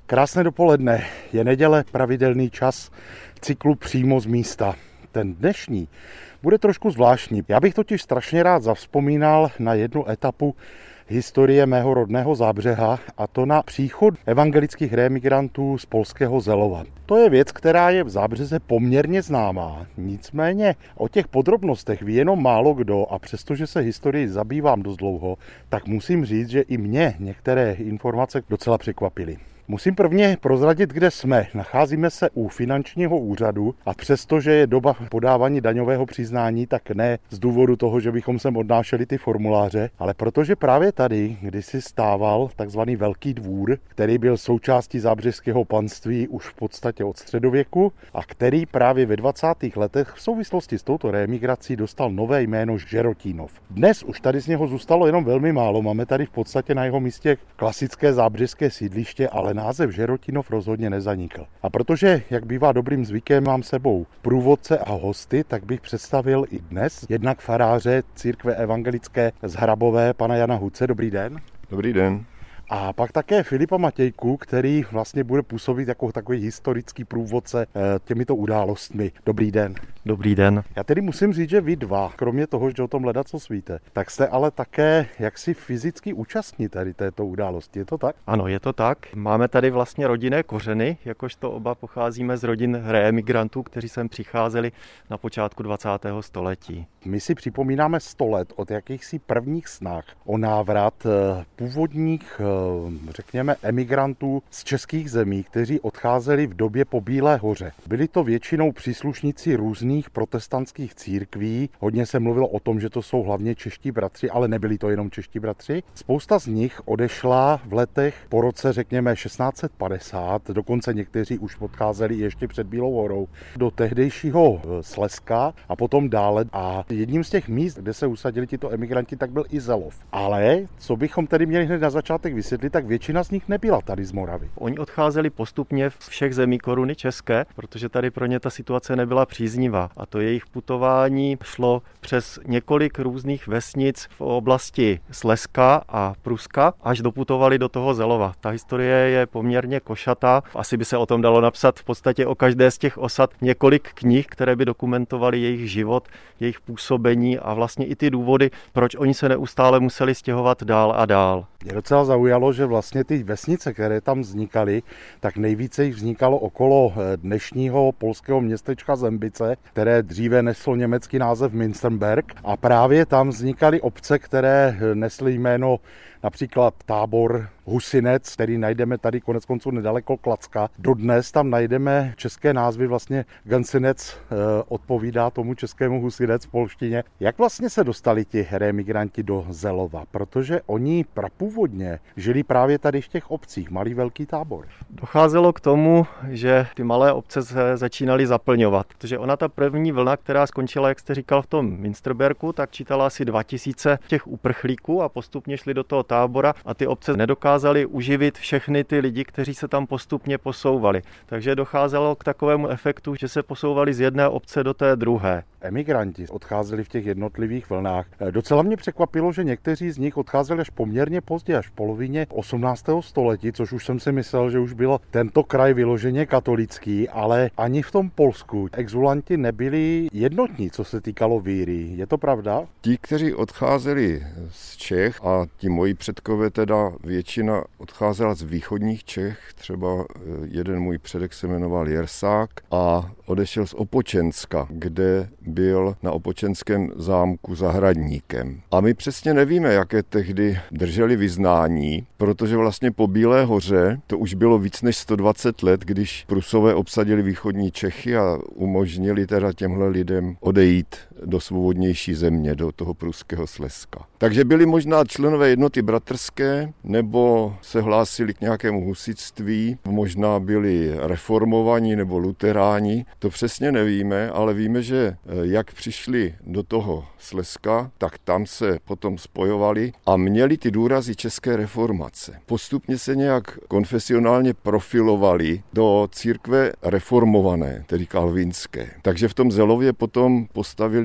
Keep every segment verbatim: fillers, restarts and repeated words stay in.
Krásné dopoledne, je neděle, pravidelný čas cyklu Přímo z místa. Ten dnešní bude trošku zvláštní. Já bych totiž strašně rád zavzpomínal na jednu etapu historie mého rodného Zábřeha, a to na příchod evangelických rémigrantů z polského Zelova. To je věc, která je v Zábřeze poměrně známá. Nicméně o těch podrobnostech ví jenom málo kdo a přestože se historii zabývám dost dlouho, tak musím říct, že i mě některé informace docela překvapily. Musím prvně prozradit, kde jsme. Nacházíme se u finančního úřadu a přestože je doba podávání daňového přiznání, tak ne z důvodu toho, že bychom sem odnášeli ty formuláře, ale protože právě tady kdysi stával takzvaný Velký dvůr, který byl součástí zábřešského panství už v podstatě od středověku a který právě ve dvacátých letech v souvislosti s touto reemigrací dostal nové jméno Žerotínov. Dnes už tady z něho zůstalo jenom velmi málo. Máme tady v podstatě na jeho místě klasické zábřešské sídliště, ale název Žerotínov rozhodně nezanikl. A protože, jak bývá dobrým zvykem, mám sebou průvodce a hosty, tak bych představil i dnes jednak faráře církve evangelické z Hrabové, pana Jana Huce. Dobrý den. Dobrý den. A pak také Filipa Matějku, který vlastně bude působit jako takový historický průvodce těmito událostmi. Dobrý den. Dobrý den. Já tedy musím říct, že vy dva, kromě toho, že o tom ledacos víte, tak jste ale také jaksi fyzicky účastní tady této události. Je to tak? Ano, je to tak. Máme tady vlastně rodinné kořeny, jakožto oba pocházíme z rodin reemigrantů, kteří sem přicházeli na počátku dvacátého století. My si připomínáme sto let od jakýchsi prvních snah o návrat původních, řekněme, emigrantů z českých zemí, kteří odcházeli v době po Bílé hoře. Byli to většinou příslušníci různých protestantských církví. Hodně se mluvilo o tom, že to jsou hlavně čeští bratři, ale nebyli to jenom čeští bratři. Spousta z nich odešla v letech po roce, řekněme, šestnáct set padesát, dokonce někteří už odcházeli ještě před Bílou horou, do tehdejšího Slezska a potom dále. A jedním z těch míst, kde se usadili tito emigranti, tak byl i Zelov. Ale co bychom tedy měli hned na začátek vysvětlit, tak většina z nich nebyla tady z Moravy. Oni odcházeli postupně z všech zemí koruny české, protože tady pro ně ta situace nebyla příznivá. A to jejich putování šlo přes několik různých vesnic v oblasti Slezska a Pruska, až doputovali do toho Zelova. Ta historie je poměrně košatá. Asi by se o tom dalo napsat v podstatě o každé z těch osad několik knih, které by dokumentovaly jejich život, jejich působení a vlastně i ty důvody, proč oni se neustále museli stěhovat dál a dál. Mě docela zaujalo, že vlastně ty vesnice, které tam vznikaly, tak nejvíce jich vznikalo okolo dnešního polského městečka Zembice, které dříve neslo německý název Münsterberg, a právě tam vznikaly obce, které nesly jméno například Tábor, Husinec, který najdeme tady konec konců nedaleko Klacka. Dodnes tam najdeme české názvy, vlastně Gansinec eh, odpovídá tomu českému Husinec v polštině. Jak vlastně se dostali ti reemigranti do Zelova? Protože oni prapůvodně žili právě tady v těch obcích, Malý Velký Tábor. Docházelo k tomu, že ty malé obce se začínaly zaplňovat, protože ona ta první vlna, která skončila, jak jste říkal, v tom Münsterbergu, tak čítala asi dva tisíce těch uprchlíků a postupně šli do toho tábora a ty obce nedokázali uživit všechny ty lidi, kteří se tam postupně posouvali. Takže docházelo k takovému efektu, že se posouvali z jedné obce do té druhé. Emigranti odcházeli v těch jednotlivých vlnách. Docela mě překvapilo, že někteří z nich odcházeli až poměrně pozdě, až v polovině osmnáctého století, což už jsem si myslel, že už bylo tento kraj vyloženě katolický, ale ani v tom Polsku exulanti nebyli jednotní, co se týkalo víry. Je to pravda? Ti, kteří odcházeli z Čech, a ti moji předkové teda většina odcházela z východních Čech, třeba jeden můj předek se jmenoval Jersák a odešel z Opočenska, kde byl na Opočenském zámku zahradníkem. A my přesně nevíme, jaké tehdy drželi vyznání, protože vlastně po Bílé hoře to už bylo víc než sto dvacet let, když Prusové obsadili východní Čechy a umožnili teda těmhle lidem odejít do svobodnější země, do toho pruského Slezska. Takže byli možná členové jednoty bratrské, nebo se hlásili k nějakému husitství, možná byli reformovaní nebo luteráni, to přesně nevíme, ale víme, že jak přišli do toho Slezska, tak tam se potom spojovali a měli ty důrazy české reformace. Postupně se nějak konfesionálně profilovali do církve reformované, tedy kalvinské. Takže v tom Zelově potom postavili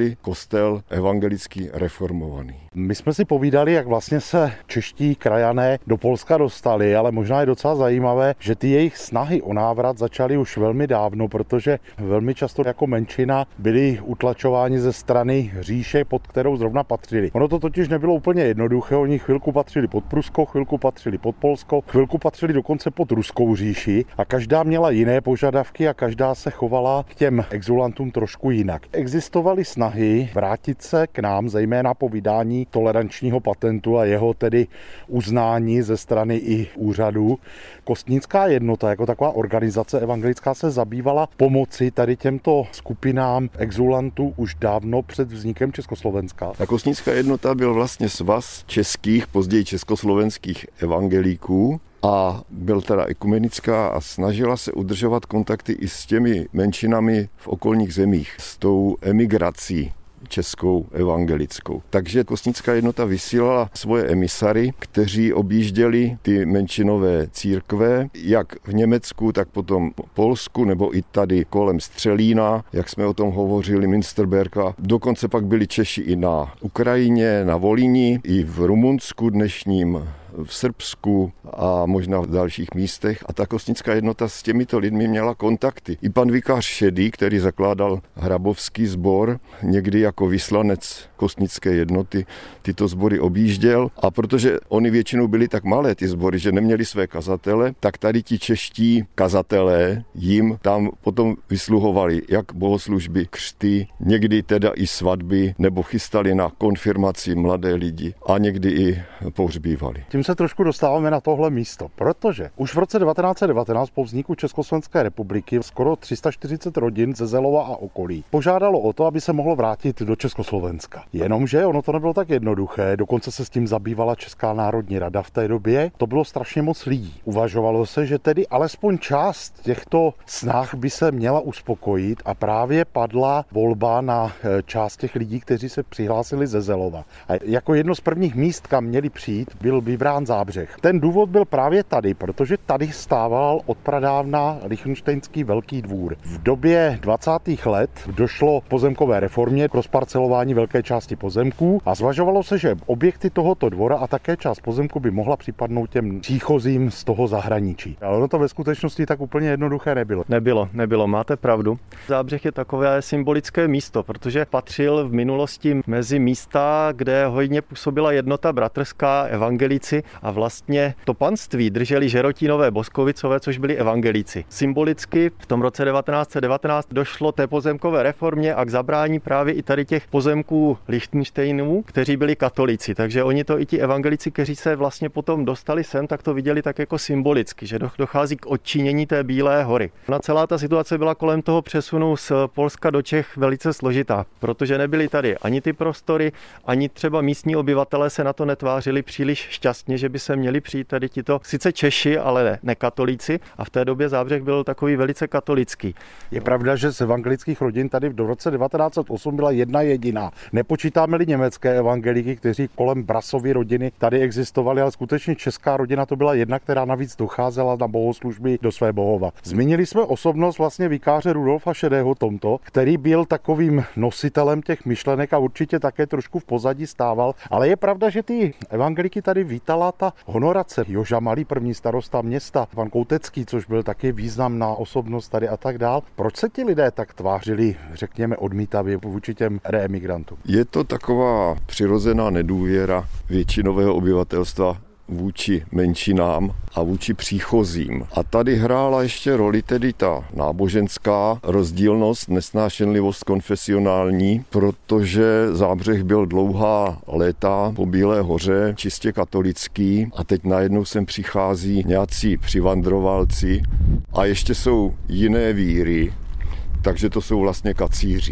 založili kostel evangelický reformovaný. My jsme si povídali, jak vlastně se čeští krajané do Polska dostali, ale možná je docela zajímavé, že ty jejich snahy o návrat začaly už velmi dávno, protože velmi často jako menšina byli utlačováni ze strany říše, pod kterou zrovna patřili. Ono to totiž nebylo úplně jednoduché, oni chvilku patřili pod Prusko, chvilku patřili pod Polsko, chvilku patřili dokonce pod Ruskou říši a každá měla jiné požadavky a každá se chovala k těm exulantům trošku jinak. Existovaly snahy vrátit se k nám, zejména po vydání tolerančního patentu a jeho tedy uznání ze strany i úřadů. Kostnická jednota jako taková organizace evangelická se zabývala pomoci tady těmto skupinám exulantů už dávno před vznikem Československa. A Kostnická jednota byl vlastně svaz českých, později československých evangelíků a byl teda ekumenická a snažila se udržovat kontakty i s těmi menšinami v okolních zemích, s tou emigrací českou evangelickou. Takže Kostnická jednota vysílala svoje emisary, kteří objížděli ty menšinové církve, jak v Německu, tak potom v Polsku, nebo i tady kolem Střelína, jak jsme o tom hovořili, Münsterberga. Dokonce pak byli Češi i na Ukrajině, na Volíni, i v Rumunsku dnešním, v Srbsku a možná v dalších místech. A ta Kostnická jednota s těmito lidmi měla kontakty. I pan vikář Šedý, který zakládal hrabovský sbor, někdy jako vyslanec Kostnické jednoty tyto sbory objížděl. A protože oni většinou byli tak malé, ty sbory, že neměli své kazatele, tak tady ti čeští kazatelé jim tam potom vysluhovali jak bohoslužby, křty, někdy teda i svatby, nebo chystali na konfirmaci mladé lidi a někdy i pohřbívali. Tím se trošku dostáváme na tohle místo, protože už v roce devatenáct set devatenáct po vzniku Československé republiky skoro tři sta čtyřicet rodin ze Zelova a okolí požádalo o to, aby se mohlo vrátit do Československa. Jenomže ono to nebylo tak jednoduché, dokonce se s tím zabývala Česká národní rada v té době. To bylo strašně moc lidí. Uvažovalo se, že tedy alespoň část těchto snah by se měla uspokojit a právě padla volba na část těch lidí, kteří se přihlásili ze Zelova. A jako jedno z prvních míst, kam měli přijít, byl vybrán Zábřeh. Ten důvod byl právě tady, protože tady stával od pradávna Lichtenštejnský velký dvůr. V době dvacátých let došlo k pozemkové reformě, k rozparcelování velké části pozemků a zvažovalo se, že objekty tohoto dvora a také část pozemku by mohla připadnout těm příchozím z toho zahraničí. Ale ono to ve skutečnosti tak úplně jednoduché nebylo. Nebylo, nebylo, máte pravdu. Zábřeh je takové symbolické místo, protože patřil v minulosti mezi místa, kde hojně působila jednota bratrská, evangelíci a vlastně to panství drželi Žerotínové Boskovicové, což byli evangelíci. Symbolicky v tom roce devatenáct set devatenáct došlo té pozemkové reformě a k zabrání právě i tady těch pozemků Lichtenštejnů, kteří byli katolíci. Takže oni to i ti evangelíci, kteří se vlastně potom dostali sem, tak to viděli tak jako symbolicky, že dochází k odčinění té Bílé hory. Na celá ta situace byla kolem toho přesunu z Polska do Čech velice složitá, protože nebyly tady ani ty prostory, ani třeba místní obyvatelé se na to netvářili příliš šťastně, že by se měli přijít tady tito sice Češi, ale ne, ne katolíci a v té době Zábřeh byl takový velice katolický. Je pravda, že z evangelických rodin tady v roce devatenáct set osm byla jedna jediná. Nepočítáme-li německé evangelíky, kteří kolem Brasovy rodiny tady existovali, ale skutečně česká rodina to byla jedna, která navíc docházela na bohoslužby do své bohova. Zmínili jsme osobnost vlastně vikáře Rudolfa Šedého tomto, který byl takovým nositelem těch myšlenek a určitě také trošku v pozadí stával, ale je pravda, že ty evangeliky tady vítala ta honorace. Joža Malý, první starosta města, pan Koutecký, což byl taky významná osobnost tady a tak dál. Proč se ti lidé tak tvářili, řekněme, odmítavě vůči těm reemigrantům? Je to taková přirozená nedůvěra většinového obyvatelstva vůči menšinám a vůči příchozím. A tady hrála ještě roli tedy ta náboženská rozdílnost, nesnášenlivost konfesionální, protože Zábřeh byl dlouhá léta po Bílé hoře, čistě katolický a teď najednou sem přichází nějací přivandrovalci a ještě jsou jiné víry, takže to jsou vlastně kacíři.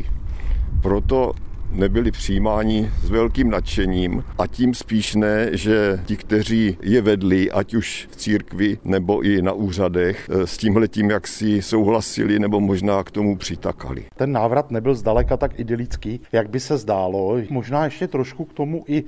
Proto nebyli přijímáni s velkým nadšením a tím spíš ne, že ti, kteří je vedli, ať už v církvi nebo i na úřadech, s tímhletím jak si souhlasili nebo možná k tomu přitakali. Ten návrat nebyl zdaleka tak idylický, jak by se zdálo. Možná ještě trošku k tomu i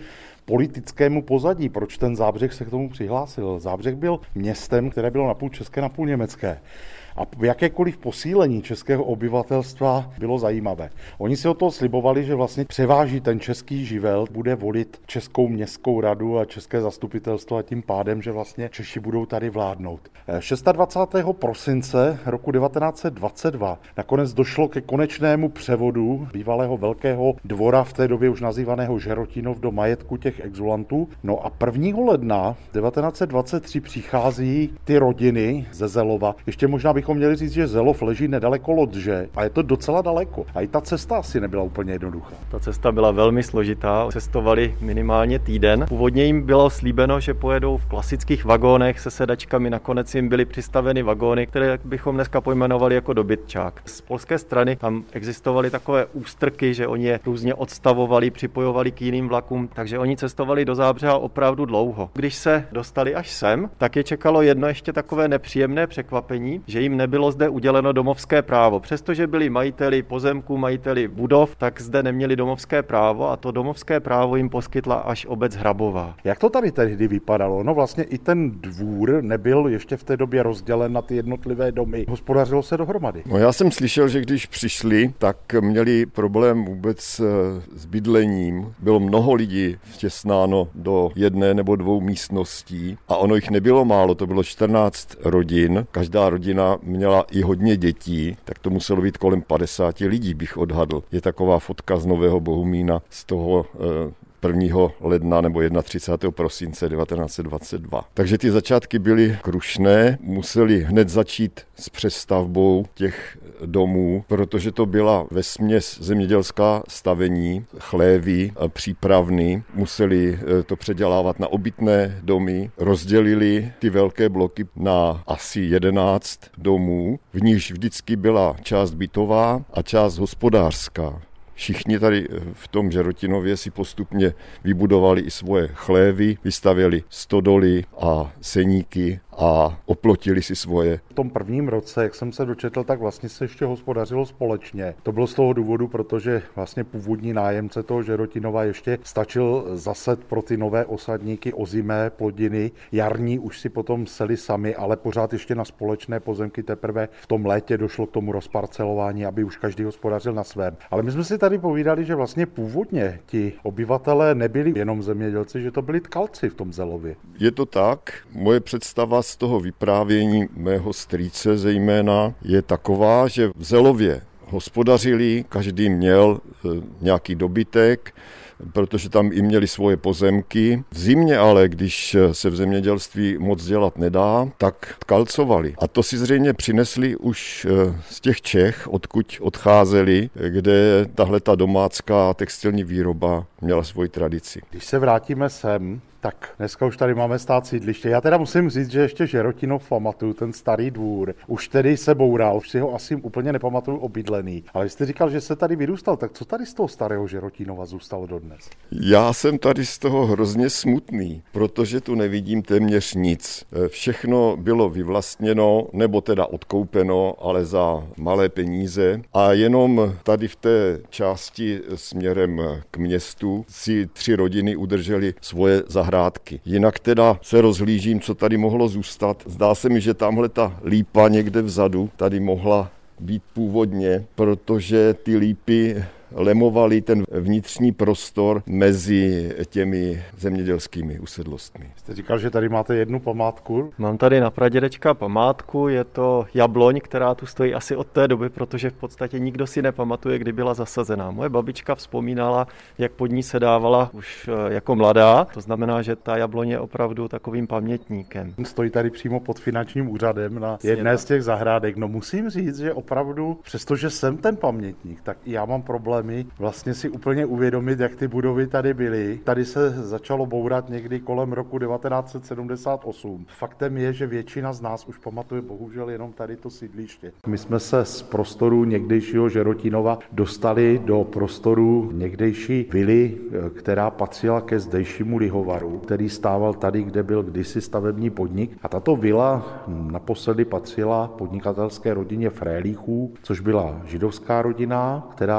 politickému pozadí, proč ten Zábřeh se k tomu přihlásil. Zábřeh byl městem, které bylo napůl české, napůl německé. A jakékoliv posílení českého obyvatelstva bylo zajímavé. Oni si o toho slibovali, že vlastně převáží ten český živel, bude volit Českou městskou radu a české zastupitelstvo a tím pádem, že vlastně Češi budou tady vládnout. dvacátého šestého prosince roku devatenáct set dvacet dva nakonec došlo ke konečnému převodu bývalého velkého dvora, v té době už nazývaného Žerotinov, do majetku těch exulantů. No a prvního ledna devatenáct set dvacet tři přichází ty rodiny ze Zelova. Ještě možná bychom měli říct, že Zelov leží nedaleko Lodže a je to docela daleko. A i ta cesta asi nebyla úplně jednoduchá. Ta cesta byla velmi složitá, cestovali minimálně týden. Původně jim bylo slíbeno, že pojedou v klasických vagónech se sedačkami, nakonec jim byly přistaveny vagóny, které bychom dneska pojmenovali jako dobytčák. Z polské strany tam existovaly takové ústrky, že oni je různě odstavovali, připojovali k jiným vlakům, takže oni cestovali do Zábřeha opravdu dlouho. Když se dostali až sem, tak je čekalo jedno ještě takové nepříjemné překvapení, že jim nebylo zde uděleno domovské právo. Přestože byli majiteli pozemků, majiteli budov, tak zde neměli domovské právo a to domovské právo jim poskytla až obec Hrabová. Jak to tady tehdy vypadalo? No vlastně i ten dvůr nebyl ještě v té době rozdělen na ty jednotlivé domy. Hospodařilo se dohromady. No já jsem slyšel, že když přišli, tak měli problém vůbec s bydlením. Bylo mnoho lidí vtěsnáno do jedné nebo dvou místností a ono jich nebylo málo, to bylo čtrnáct rodin. Každá rodina měla i hodně dětí, tak to muselo být kolem padesáti lidí, bych odhadl. Je taková fotka z Nového Bohumína z toho prvního ledna nebo třicátého prvního prosince devatenáct set dvacet dva. Takže ty začátky byly krušné, museli hned začít s přestavbou těch domů, protože to byla vesměs zemědělská stavení, chlévy, přípravny, museli to předělávat na obytné domy, rozdělili ty velké bloky na asi jedenáct domů, v níž vždycky byla část bytová a část hospodářská. Všichni tady v tom Žerotinově si postupně vybudovali i svoje chlévy, vystavěli stodoly a seníky a oplotili si svoje. V tom prvním roce, jak jsem se dočetl, tak vlastně se ještě hospodařilo společně. To bylo z toho důvodu, protože vlastně původní nájemce toho Žerotinova ještě stačil zaset pro ty nové osadníky ozimé plodiny. Jarní už si potom seli sami, ale pořád ještě na společné pozemky teprve v tom létě došlo k tomu rozparcelování, aby už každý hospodařil na svém. Ale my jsme si tady povídali, že vlastně původně ti obyvatelé nebyli jenom zemědělci, že to byli tkalci v tom Zelově. Je to tak. Moje představa z toho vyprávění mého strýce zejména je taková, že v Zelově hospodařili, každý měl nějaký dobytek, protože tam i měli svoje pozemky. V zimě ale, když se v zemědělství moc dělat nedá, tak tkalcovali. A to si zřejmě přinesli už z těch Čech, odkud odcházeli, kde tahle ta domácká textilní výroba měla svoji tradici. Když se vrátíme sem, tak dneska už tady máme stát sídliště. Já teda musím říct, že ještě Žerotinov pamatuju, ten starý dvůr. Už tedy se boural, už si ho asi úplně nepamatuju obydlený. Ale vy jste říkal, že se tady vyrůstal, tak co tady z toho starého Žerotinova zůstalo dodnes? Já jsem tady z toho hrozně smutný, protože tu nevidím téměř nic. Všechno bylo vyvlastněno, nebo teda odkoupeno, ale za malé peníze. A jenom tady v té části směrem k městu si tři rodiny udržely svoje zahrádky. Hrádky. Jinak teda se rozhlížím, co tady mohlo zůstat. Zdá se mi, že tamhle ta lípa někde vzadu tady mohla být původně, protože ty lípy lemovaly ten vnitřní prostor mezi těmi zemědělskými usedlostmi. Jste říkal, že tady máte jednu památku? Mám tady na pradědečka památku, je to jabloň, která tu stojí asi od té doby, protože v podstatě nikdo si nepamatuje, kdy byla zasazená. Moje babička vzpomínala, jak pod ní se dávala už jako mladá, to znamená, že ta jabloň je opravdu takovým pamětníkem. Stojí tady přímo pod finančním úřadem na jedné z těch zahrádek. No musím říct, že opravdu, přestože jsem ten pamětník, tak i já mám problém vlastně si úplně uvědomit, jak ty budovy tady byly. Tady se začalo bourat někdy kolem roku devatenáct set sedmdesát osm. Faktem je, že většina z nás už pamatuje bohužel jenom tady to sídliště. My jsme se z prostoru někdejšího Žerotinova dostali do prostoru někdejší vily, která patřila ke zdejšímu lihovaru, který stával tady, kde byl kdysi stavební podnik. A tato vila naposledy patřila podnikatelské rodině Frélíchů, což byla židovská rodina, která z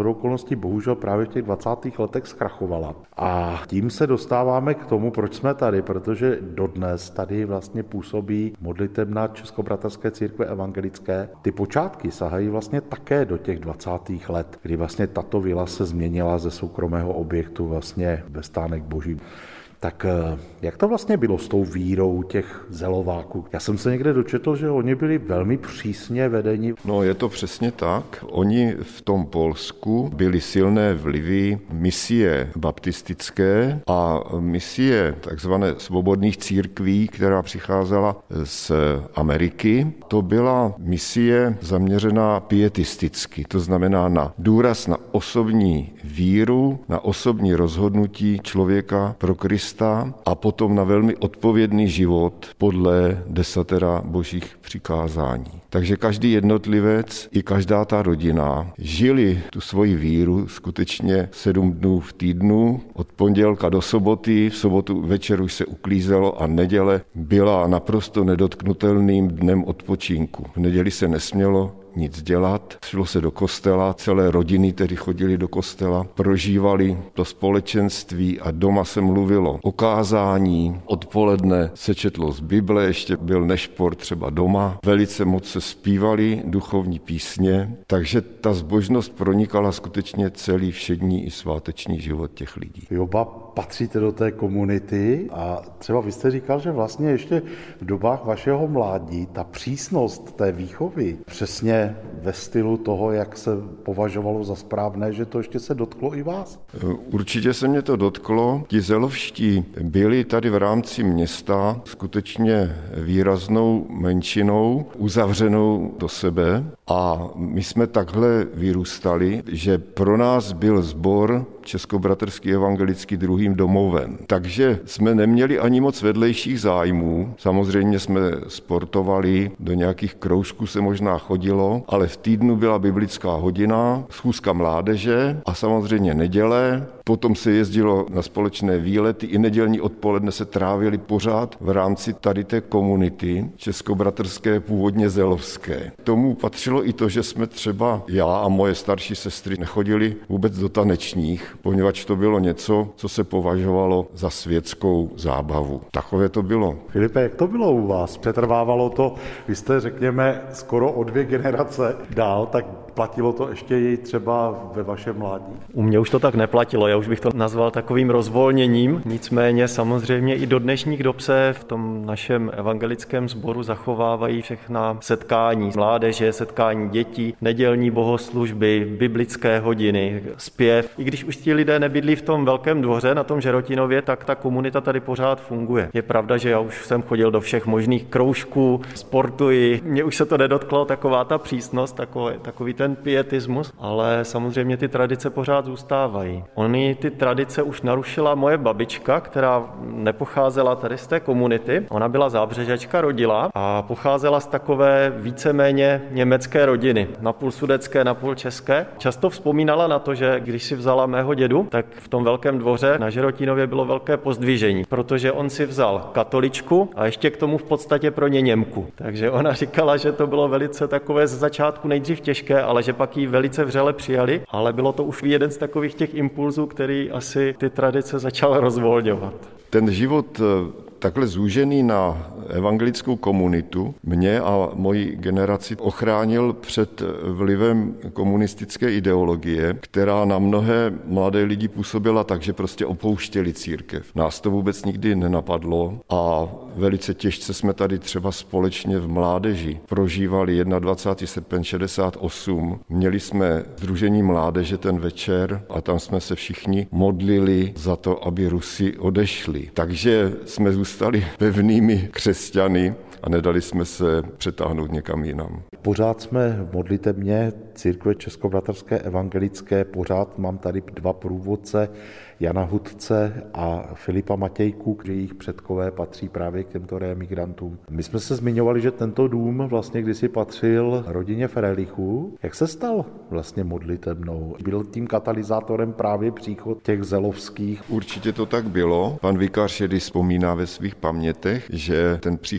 shodou okolností bohužel právě v těch dvacátých letech zkrachovala. A tím se dostáváme k tomu, proč jsme tady, protože dodnes tady vlastně působí modlitebna Českobratrské církve evangelické. Ty počátky sahají vlastně také do těch dvacátých let, kdy vlastně tato vila se změnila ze soukromého objektu vlastně ve stánek boží. Tak jak to vlastně bylo s tou vírou těch zelováků? Já jsem se někde dočetl, že oni byli velmi přísně vedeni. No, je to přesně tak. Oni v tom Polsku byli silné vlivy misie baptistické a misie takzvané svobodných církví, která přicházela z Ameriky. To byla misie zaměřená pietisticky, to znamená na důraz na osobní víru, na osobní rozhodnutí člověka pro Krista a potom na velmi odpovědný život podle desatera božích přikázání. Takže každý jednotlivec i každá ta rodina žili tu svoji víru skutečně sedm dnů v týdnu, od pondělka do soboty, v sobotu večer už se uklízelo a neděle byla naprosto nedotknutelným dnem odpočinku. V neděli se nesmělo nic dělat, šlo se do kostela, celé rodiny tedy chodili do kostela, prožívali to společenství a doma se mluvilo o kázání, odpoledne se četlo z Bible, ještě byl nešpor třeba doma, velice moc se zpívali duchovní písně, takže ta zbožnost pronikala skutečně celý všední i sváteční život těch lidí. Vy oba patříte do té komunity a třeba vy jste říkal, že vlastně ještě v dobách vašeho mládí ta přísnost té výchovy přesně ve stylu toho, jak se považovalo za správné, že to ještě se dotklo i vás? Určitě se mě to dotklo. Ti zelovští byli tady v rámci města skutečně výraznou menšinou, uzavřenou do sebe a my jsme takhle vyrůstali, že pro nás byl sbor Českobratrský evangelický druhým domovem. Takže jsme neměli ani moc vedlejších zájmů. Samozřejmě jsme sportovali, do nějakých kroužků se možná chodilo, ale v týdnu byla biblická hodina, schůzka mládeže a samozřejmě neděle. Potom se jezdilo na společné výlety, i nedělní odpoledne se trávili pořád v rámci tady té komunity českobratrské, původně zelovské. K tomu patřilo i to, že jsme třeba já a moje starší sestry nechodili vůbec do tanečních, poněvadž to bylo něco, co se považovalo za světskou zábavu. Takové to bylo. Filipe, jak to bylo u vás? Přetrvávalo to, vy jste, řekněme, skoro o dvě generace dál, tak platilo to ještě i třeba ve vašem mládí? U mě už to tak neplatilo, já už bych to nazval takovým rozvolněním, nicméně samozřejmě i do dnešních dob se v tom našem evangelickém sboru zachovávají všechna setkání mládeže, setkání dětí, nedělní bohoslužby, biblické hodiny, zpěv. I když už ti lidé nebydlí v tom velkém dvoře na tom Žerotínově, tak ta komunita tady pořád funguje. Je pravda, že já už jsem chodil do všech možných kroužků, sportuji, mně už se to nedotklo, taková ta přísnost, takový, takový ten pietismus, ale samozřejmě ty tradice pořád zůstávají. Oni ty tradice už narušila moje babička, která nepocházela tady z té komunity. Ona byla zábřežačka, rodila a pocházela z takové víceméně německé rodiny, napůl sudecké, napůl české. Často vzpomínala na to, že když si vzala mého dědu, tak v tom velkém dvoře na Žerotínově bylo velké pozdvižení, protože on si vzal katoličku a ještě k tomu v podstatě pro ně Němku. Takže ona říkala, že to bylo velice takové ze začátku nejdřív těžké, ale že pak ji velice vřele přijali, ale bylo to už jeden z takových těch impulzů, který asi ty tradice začal rozvolňovat. Ten život takhle zúžený na evangelickou komunitu mě a moji generaci ochránil před vlivem komunistické ideologie, která na mnohé mladé lidi působila tak, že prostě opouštěli církev. Nás to vůbec nikdy nenapadlo a velice těžce jsme tady třeba společně v mládeži prožívali dvacátého prvního srpna šedesát osm. Měli jsme sdružení mládeže ten večer a tam jsme se všichni modlili za to, aby Rusi odešli. Takže jsme zůstali pevnými křesťany a nedali jsme se přetáhnout někam jinam. Pořád jsme v modlitebně církve Českobratrské evangelické, pořád mám tady dva průvodce, Jana Hudce a Filipa Matějku, že jejich předkové patří právě k těmto reemigrantům. My jsme se zmiňovali, že tento dům vlastně kdysi patřil rodině Frelichů. Jak se stal vlastně modlitebnou? Byl tím katalyzátorem právě příchod těch zelovských? Určitě to tak bylo. Pan vikář Šedy vzpomíná ve svých pamětech, že ten příchod byl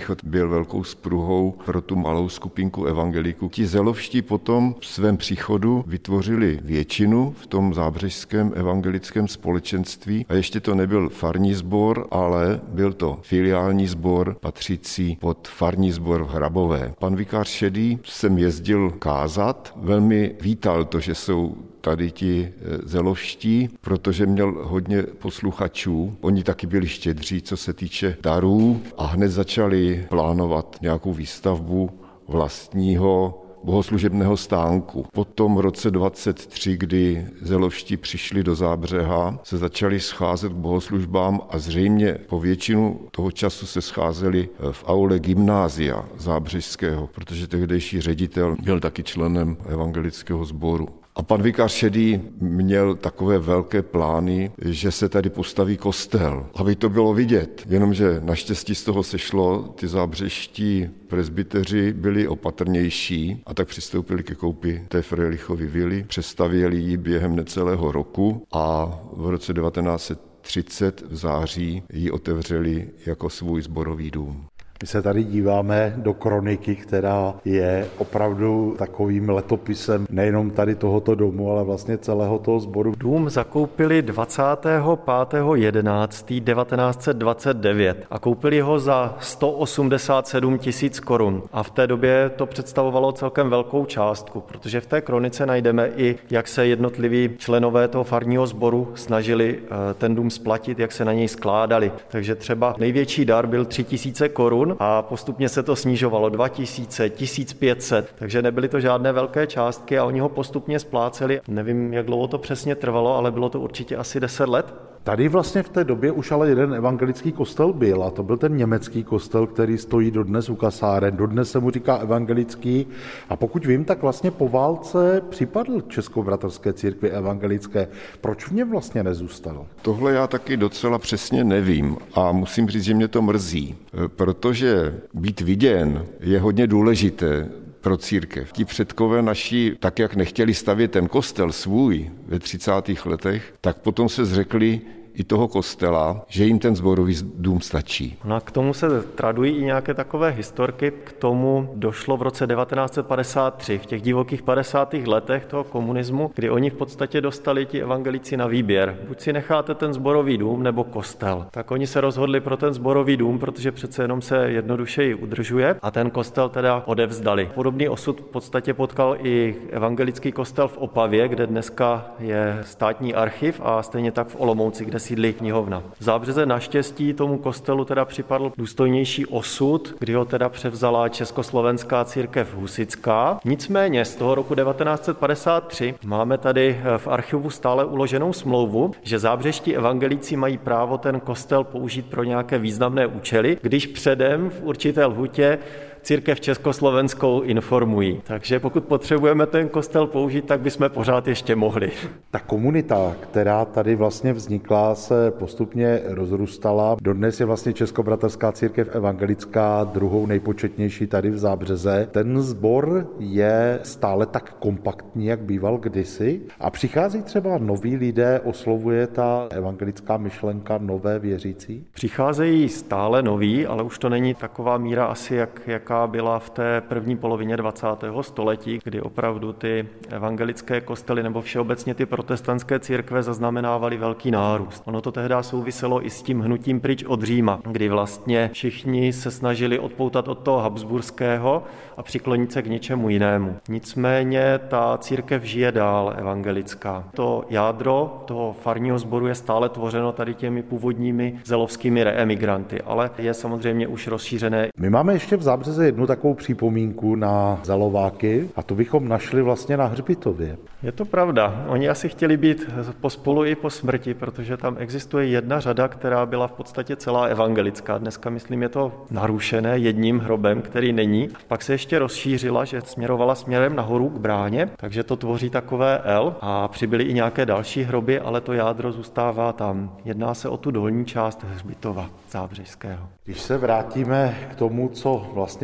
velkou spruhou pro tu malou skupinku evangeliků. Ti zelovští potom v svém příchodu vytvořili většinu v tom zábřežském evangelickém společenství a ještě to nebyl farní sbor, ale byl to filiální sbor patřící pod farní sbor v Hrabové. Pan vikář Šedý sem jezdil kázat, velmi vítal to, že jsou tady ti zelovští, protože měl hodně posluchačů. Oni taky byli štědří, co se týče darů a hned začali plánovat nějakou výstavbu vlastního bohoslužebného stánku. Potom v roce dvacet tři, kdy zelovští přišli do Zábřeha, se začali scházet k bohoslužbám a zřejmě po většinu toho času se scházeli v aule gymnázia zábřežského, protože tehdejší ředitel byl taky členem evangelického sboru. A pan vikář Šedý měl takové velké plány, že se tady postaví kostel, aby to bylo vidět. Jenomže naštěstí z toho sešlo, ty zábřeští presbyteři byli opatrnější a tak přistoupili ke koupi té Frölichovy vily, přestavěli ji během necelého roku a v roce devatenáct set třicet v září ji otevřeli jako svůj sborový dům. My se tady díváme do kroniky, která je opravdu takovým letopisem nejenom tady tohoto domu, ale vlastně celého toho sboru. Dům zakoupili dvacátého pátého jedenáctého devatenáct set dvacet devět a koupili ho za sto osmdesát sedm tisíc korun. A v té době to představovalo celkem velkou částku, protože v té kronice najdeme i, jak se jednotliví členové toho farního sboru snažili ten dům splatit, jak se na něj skládali. Takže třeba největší dar byl tři tisíce korun, a postupně se to snižovalo dva tisíce, tisíc pět set, takže nebyly to žádné velké částky a oni ho postupně spláceli. Nevím, jak dlouho to přesně trvalo, ale bylo to určitě asi deset let. Tady vlastně v té době už ale jeden evangelický kostel byl a to byl ten německý kostel, který stojí dodnes u kasáren. Dodnes se mu říká evangelický a pokud vím, tak vlastně po válce připadl Českobratrské církvi evangelické. Proč v něm vlastně nezůstal? Tohle já taky docela přesně nevím a musím říct, že mě to mrzí, protože být viděn je hodně důležité pro církev. Ti předkové naši, tak jak nechtěli stavět ten kostel svůj ve třicátých letech, tak potom se zřekli i toho kostela, že jim ten sborový dům stačí. No a k tomu se tradují i nějaké takové historky. K tomu došlo v roce devatenáct set padesát tři, v těch divokých padesátých letech toho komunismu, kdy oni v podstatě dostali ti evangelici na výběr. Buď si necháte ten sborový dům, nebo kostel. Tak oni se rozhodli pro ten sborový dům, protože přece jenom se jednodušeji udržuje a ten kostel teda odevzdali. Podobný osud v podstatě potkal i evangelický kostel v Opavě, kde dneska je státní archiv a stejně tak v Olomouci, kde sídlí knihovna. V Zábřeze naštěstí tomu kostelu teda připadl důstojnější osud, kdy ho teda převzala Československá církev husitská. Nicméně z toho roku devatenáct set padesát tři máme tady v archivu stále uloženou smlouvu, že zábřeští evangelíci mají právo ten kostel použít pro nějaké významné účely, když předem v určité lhůtě církev československou informují. Takže pokud potřebujeme ten kostel použít, tak bychom pořád ještě mohli. Ta komunita, která tady vlastně vznikla, se postupně rozrůstala. Dodnes je vlastně Českobratrská církev evangelická druhou nejpočetnější tady v Zábřeze. Ten sbor je stále tak kompaktní, jak býval kdysi. A přichází třeba noví lidé, oslovuje ta evangelická myšlenka nové věřící? Přicházejí stále noví, ale už to není taková míra asi, jak, jak byla v té první polovině dvacátého století, kdy opravdu ty evangelické kostely nebo všeobecně ty protestantské církve zaznamenávaly velký nárůst. Ono to tehdy souviselo i s tím hnutím pryč od Říma, kdy vlastně všichni se snažili odpoutat od toho habsburského a přiklonit se k něčemu jinému. Nicméně ta církev žije dál evangelická. To jádro toho farního sboru je stále tvořeno tady těmi původními zelovskými reemigranty, ale je samozřejmě už rozšířené. My máme ještě v Zábřeze jednu takovou připomínku na Zelováky a to bychom našli vlastně na hřbitově. Je to pravda. Oni asi chtěli být pospolu i po smrti, protože tam existuje jedna řada, která byla v podstatě celá evangelická. Dneska, myslím, je to narušené jedním hrobem, který není. Pak se ještě rozšířila, že směrovala směrem nahoru k bráně, takže to tvoří takové L a přibyly i nějaké další hroby, ale to jádro zůstává tam. Jedná se o tu dolní část hřbitova zábřežského. Když se vrátíme k tomu, co vlastně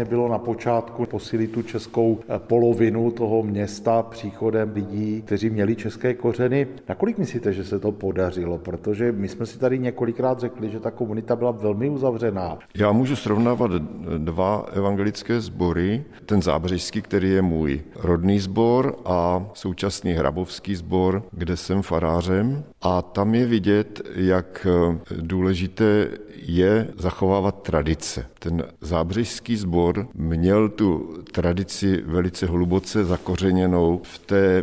bylo na počátku posílit tu českou polovinu toho města příchodem lidí, kteří měli české kořeny. Nakolik myslíte, že se to podařilo? Protože my jsme si tady několikrát řekli, že ta komunita byla velmi uzavřená. Já můžu srovnávat dva evangelické sbory. Ten zábřežský, který je můj rodný sbor, a současný hrabovský sbor, kde jsem farářem. A tam je vidět, jak důležité je zachovávat tradice. Ten zábřežský sbor měl tu tradici velice hluboce zakořeněnou v té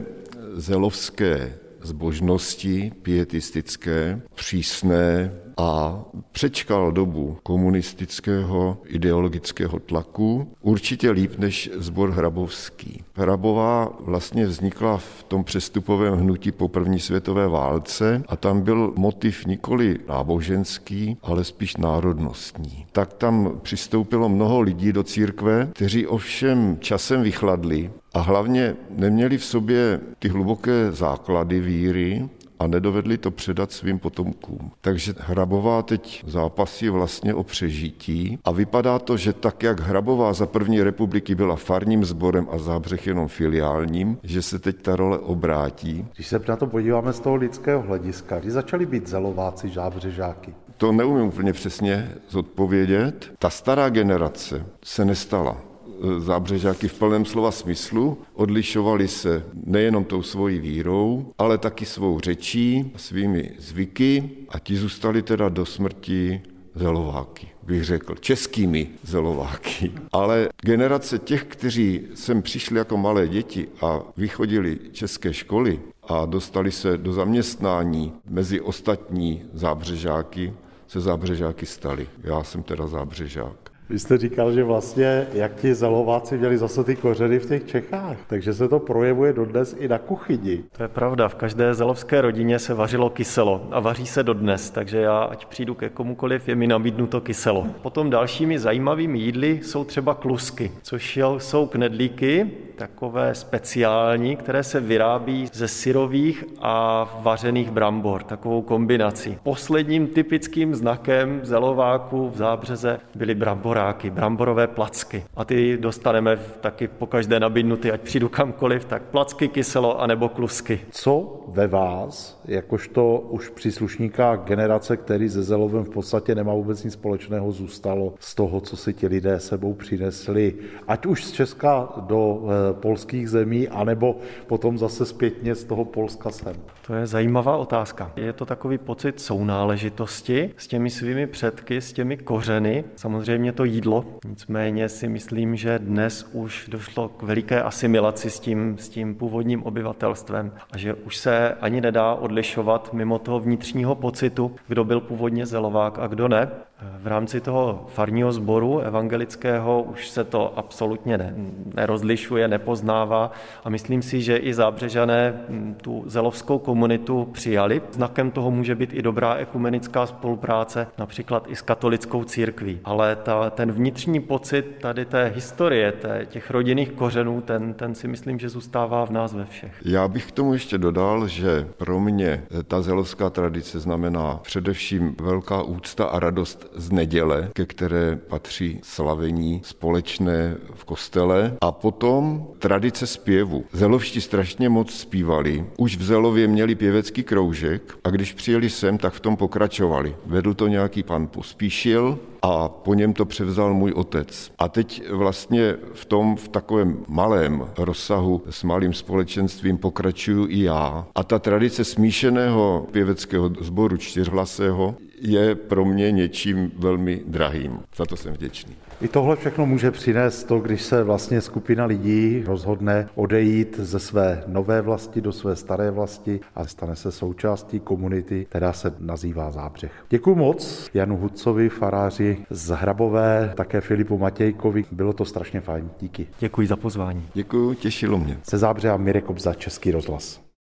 zelovské zbožnosti, pietistické, přísné, a přečkal dobu komunistického ideologického tlaku určitě líp než sbor hrabovský. Hrabová vlastně vznikla v tom přestupovém hnutí po první světové válce a tam byl motiv nikoli náboženský, ale spíš národnostní. Tak tam přistoupilo mnoho lidí do církve, kteří ovšem časem vychladli a hlavně neměli v sobě ty hluboké základy víry, a nedovedli to předat svým potomkům. Takže Hrabová teď zápasí vlastně o přežití a vypadá to, že tak, jak Hrabová za první republiky byla farním sborem a Zábřeh jenom filiálním, že se teď ta role obrátí. Když se na to podíváme z toho lidského hlediska, kdy začali být zelováci zábřežáky? To neumím úplně přesně zodpovědět. Ta stará generace se nestala zábřežáky v plném slova smyslu, odlišovali se nejenom tou svojí vírou, ale taky svou řečí, svými zvyky a ti zůstali teda do smrti zelováky, bych řekl, českými zelováky. Ale generace těch, kteří sem přišli jako malé děti a vychodili české školy a dostali se do zaměstnání mezi ostatní zábřežáky, se zábřežáky stali. Já jsem teda zábřežák. Vy jste říkal, že vlastně, jak ti zelováci měli zase ty kořeny v těch Čechách, takže se to projevuje dodnes i na kuchyni. To je pravda, v každé zelovské rodině se vařilo kyselo a vaří se dodnes, takže já, ať přijdu ke komukoliv, je mi nabídnuto kyselo. Potom dalšími zajímavými jídly jsou třeba klusky, což jsou knedlíky, takové speciální, které se vyrábí ze syrových a vařených brambor, takovou kombinaci. Posledním typickým znakem zelováků v Zábřeze byly bramboráky, bramborové placky. A ty dostaneme taky pokaždé nabídnuty, ať přijdu kamkoliv, tak placky, kyselo anebo klusky. Co ve vás, jakožto už příslušníka generace, který se zelovem v podstatě nemá vůbec nic společného, zůstalo z toho, co si ti lidé sebou přinesli, ať už z Česka do polských zemí, anebo potom zase zpětně z toho Polska sem? To je zajímavá otázka. Je to takový pocit sounáležitosti s těmi svými předky, s těmi kořeny, samozřejmě to jídlo. Nicméně si myslím, že dnes už došlo k veliké asimilaci s tím, s tím původním obyvatelstvem a že už se ani nedá odlišovat mimo toho vnitřního pocitu, kdo byl původně zelovák a kdo ne. V rámci toho farního sboru evangelického už se to absolutně ne, nerozlišuje, nepoznává a myslím si, že i Zábřežané tu zelovskou komunitu přijali. Znakem toho může být i dobrá ekumenická spolupráce, například i s katolickou církví. Ale ta, ten vnitřní pocit tady té historie, té, těch rodinných kořenů, ten, ten si myslím, že zůstává v nás ve všech. Já bych k tomu ještě dodal, že pro mě ta zelovská tradice znamená především velká úcta a radost z neděle, ke které patří slavení společné v kostele a potom tradice zpěvu. Zelovští strašně moc zpívali. Už v Zelově měli pěvecký kroužek a když přijeli sem, tak v tom pokračovali. Vedl to nějaký pan Pospíšil a po něm to převzal můj otec. A teď vlastně v tom, v takovém malém rozsahu s malým společenstvím pokračuju i já. A ta tradice smíšeného pěveckého sboru čtyřhlasého je pro mě něčím velmi drahým. Za to jsem vděčný. I tohle všechno může přinést to, když se vlastně skupina lidí rozhodne odejít ze své nové vlasti do své staré vlasti a stane se součástí komunity, která se nazývá Zábřeh. Děkuji moc Janu Hudcovi, faráři z Hrabové, také Filipu Matějkovi. Bylo to strašně fajn. Díky. Děkuji za pozvání. Děkuji, těšilo mě. Ze Zábřeha Mirek Kobza, Český rozhlas.